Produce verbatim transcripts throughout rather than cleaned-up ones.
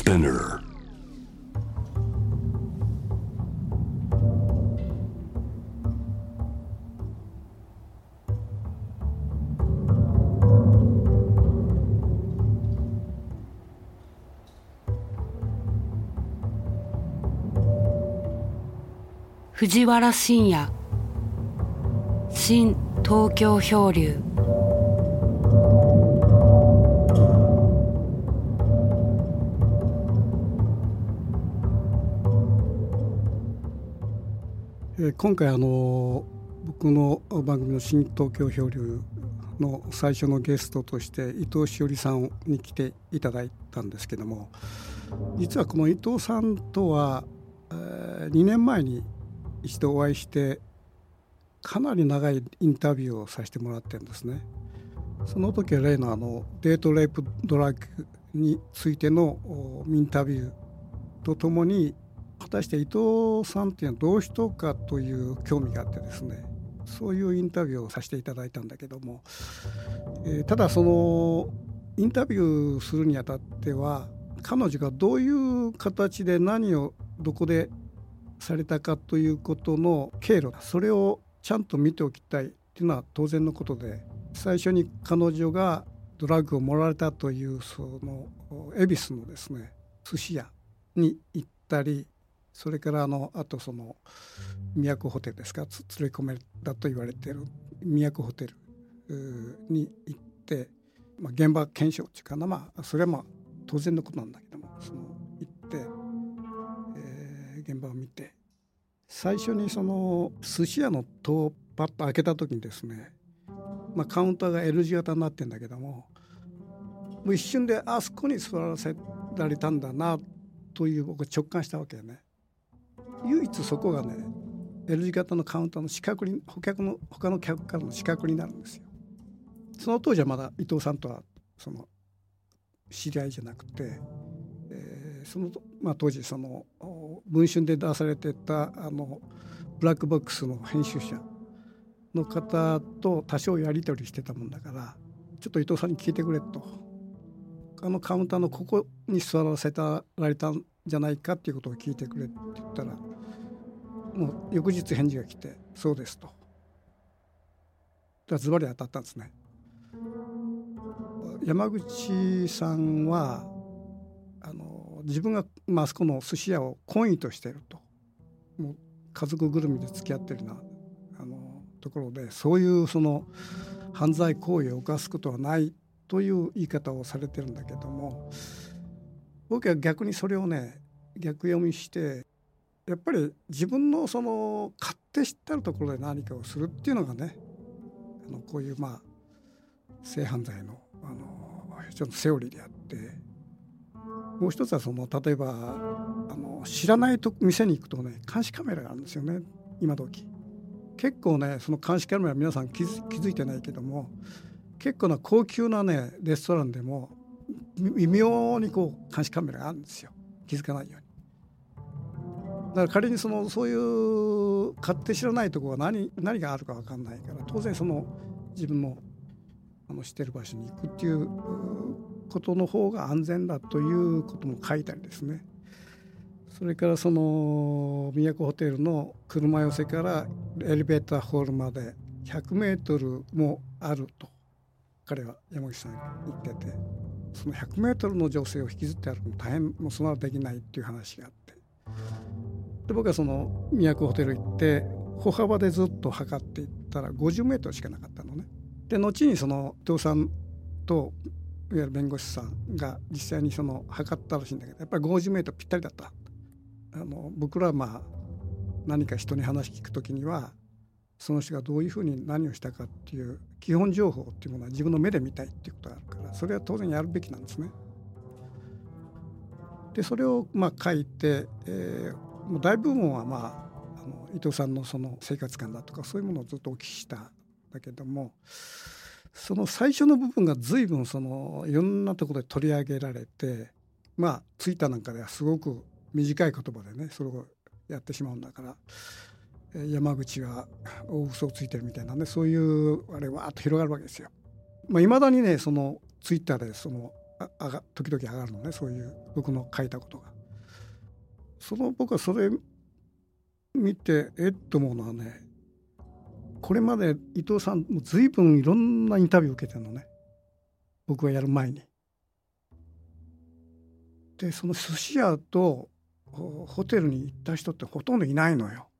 Spinner. 藤原信也新東京漂流。 えー、今回あの僕の番組の新東京漂流の最初のゲストとして伊藤詩織さんに来ていただいたんですけども、実はこの伊藤さんとは、えー、にねんまえに一度お会いしてかなり長いインタビューをさせてもらってるんですね。その時は例のあのデートレイプドラッグについてのインタビューとともに、果たして伊藤さんっていうのはどういう人かという興味があってですね、そういうインタビューをさせていただいたんだけども、えー、ただそのインタビューするにあたっては、彼女がどういう形で何をどこでされたかということの経路、それをちゃんと見ておきたいっていうのは当然のことで、最初に彼女がドラッグをもられたというその恵比寿のですね寿司屋に行ったり、それからあのあとその都ホテルですか、連れ込めだと言われている都ホテルに行って、まあ、現場検証っていうかな、まあそれはまあ当然のことなんだけども、その行って、えー、現場を見て、最初にその寿司屋の戸をパッと開けた時にですね、まあ、カウンターが L 字型になってるんだけども、もう一瞬であそこに座らせられたんだなという僕は直感したわけよね。唯一そこがね L 字型のカウンターの死角に、他の他の客からの死角になるんですよ。その当時はまだ伊藤さんとはその知り合いじゃなくて、えーそのまあ、当時その文春で出されてたあのブラックボックスの編集者の方と多少やり取りしてたもんだから、ちょっと伊藤さんに聞いてくれと、あのカウンターのここに座らせられたんじゃないかっていうことを聞いてくれって言ったら、もう翌日返事が来て、そうですと。ズバリ当たったんですね。山口さんはあの自分が、まあ、あそこの寿司屋を懇意としていると、もう家族ぐるみで付き合ってるようなあのところで、そういうその犯罪行為を犯すことはないという言い方をされてるんだけども、僕は逆にそれをね逆読みして、やっぱり自分のその勝手知ったるところで何かをするっていうのがね、あのこういうまあ性犯罪のあのちょっとセオリーであって、もう一つはその例えばあの知らないと店に行くとね、監視カメラがあるんですよね。今時結構ね、その監視カメラ皆さん気づ、気づいてないけども、結構な高級なねレストランでも微妙にこう監視カメラがあるんですよ、気づかないように。だから仮にそのそういう勝手知らないところが 何, 何があるか分かんないから、当然その自分のあの知ってる場所に行くっていうことの方が安全だということも書いたりですね。それからその都ホテルの車寄せからエレベーターホールまでひゃくメートルもあると彼は山口さん言ってて、そのひゃくメートルの女性を引きずって歩くの大変、もうそんなのできないっていう話があって、で僕はその都ホテル行って歩幅でずっと測っていったらごじゅうメートルしかなかったのね。で後にその伊藤さんといわゆる弁護士さんが実際にその測ったらしいんだけど、やっぱりごじゅうメートルぴったりだった。あの僕らはまあ何か人に話聞くときには、その人がどういうふうに何をしたかっていう基本情報っていうものは自分の目で見たいっていうことがあるから、それは当然やるべきなんですね。でそれをまあ書いて、えー、もう大部分はまあ、あの伊藤さんのその生活感だとかそういうものをずっとお聞きしたんだけども、その最初の部分が随分そのいろんなところで取り上げられて、まあツイッターなんかではすごく短い言葉でねそれをやってしまうんだから、山口は大嘘をついてるみたいなね、そういうあれわーっと広がるわけですよ。まあ、未だにねそのツイッターでそのああが時々上がるのね、そういう僕の書いたことが。その僕はそれ見てえっと思うのはね、これまで伊藤さんも随分いろんなインタビューを受けてるのね、僕がやる前に。でその寿司屋とホテルに行った人ってほとんどいないのよ。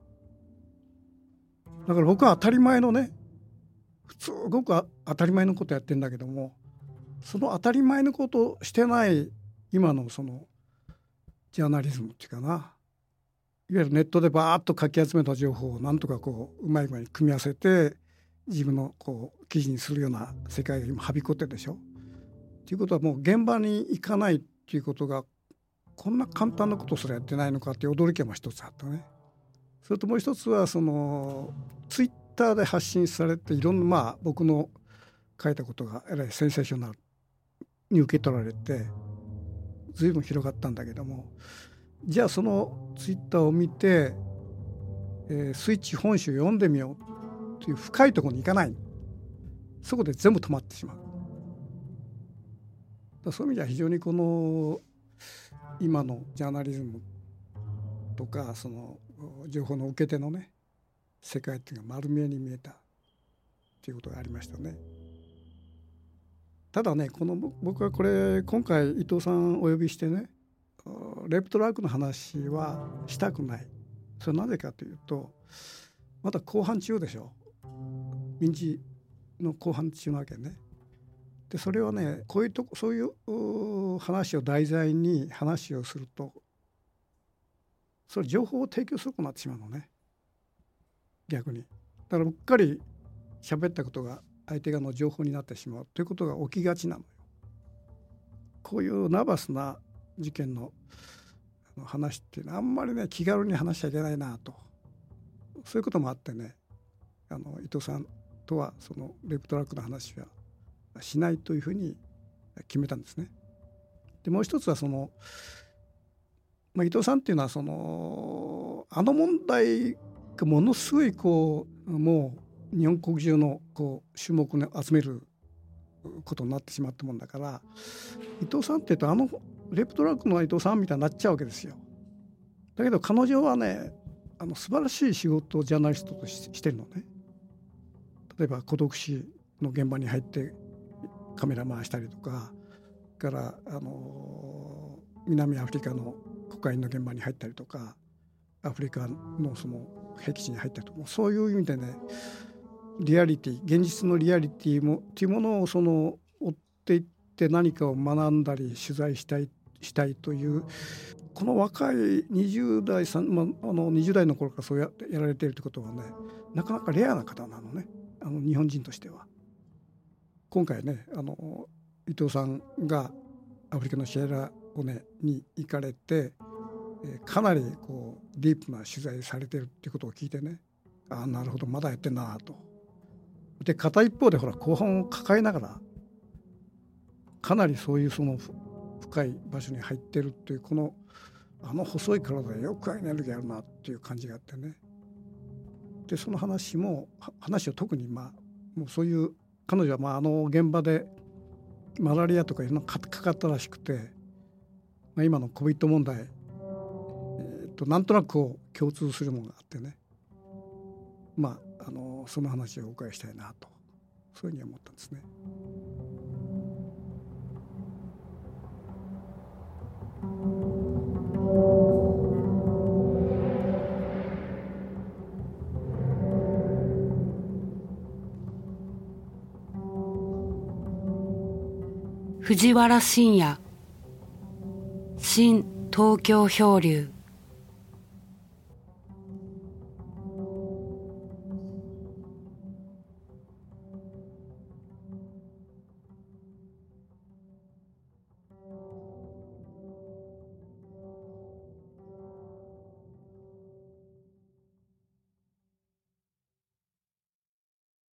だから僕は当たり前のね、普通ごく当たり前のことやってんだけども、その当たり前のことをしてない今のそのジャーナリズムっていうかな、いわゆるネットでバーッとかき集めた情報をなんとかこううまい具合に組み合わせて自分のこう記事にするような世界が今はびこってるでしょ。ということはもう現場に行かないっていうことがこんな簡単なことすらやってないのかっていう驚きも一つあったね。それともう一つはそのツイッターで発信されていろんなまあ僕の書いたことがえらいセンセーショナルに受け取られて随分広がったんだけども、じゃあそのツイッターを見て、えー、スイッチ本集読んでみようという深いところに行かない、そこで全部止まってしまう。だそういう意味では非常にこの今のジャーナリズムとかその情報の受け手のね世界っていうのが丸見えに見えたっていうことがありましたね。ただね、この僕はこれ今回伊藤さんお呼びしてね、レプトラークの話はしたくない。それはなぜかというと、まだ後半中でしょ、民事の後半中なわけね。でそれはね、こういうとこそういう話を題材に話をすると、それ情報を提供することになってしまうのね、逆に。だからうっかり喋ったことが相手側の情報になってしまうということが起きがちなのよ。こういうナーバスな事件の話っていうのはあんまりね気軽に話しちゃいけないなと、そういうこともあってね、あの伊藤さんとはそのレプトラックの話はしないというふうに決めたんですね。でもう一つはその、まあ、伊藤さんっていうのはそのあの問題がものすごいこうもう日本国中のこう注目を集めることになってしまったもんだから、伊藤さんっていうとあのレプトラックの伊藤さんみたいになっちゃうわけですよ。だけど彼女はね、あの素晴らしい仕事をジャーナリストとし、してるのね。例えば孤独死の現場に入ってカメラ回したりとか、からあの南アフリカのコカインの現場に入ったりとか、アフリカのその僻地に入ったりとか、そういう意味でね、リアリティ、現実のリアリティもっていうものをその追っていって何かを学んだり取材したいしたいという、この若いにじゅう代、まあ、あのにじゅう代の頃からそう や, やられているということはね、なかなかレアな方なのね、あの日本人としては。今回ね、あの伊藤さんがアフリカのシエラオネに行かれて、えー、かなりこうディープな取材されているっていうことを聞いてね、ああなるほどまだやってんなと。で片一方でほら後半を抱えながらかなりそういうその深い場所に入ってるっていう、このあの細い体でよくエネルギーあるなっていう感じがあってね。でその話も話を特にまあもうそういう彼女はまああの現場でマラリアとかいろんなかかったらしくて、まあ、今の コビッド 問題、えー、となんとなくこう共通するものがあってね、まああのその話をお伺いしたいなと、そういうふうに思ったんですね。 藤原信也、新東京漂流。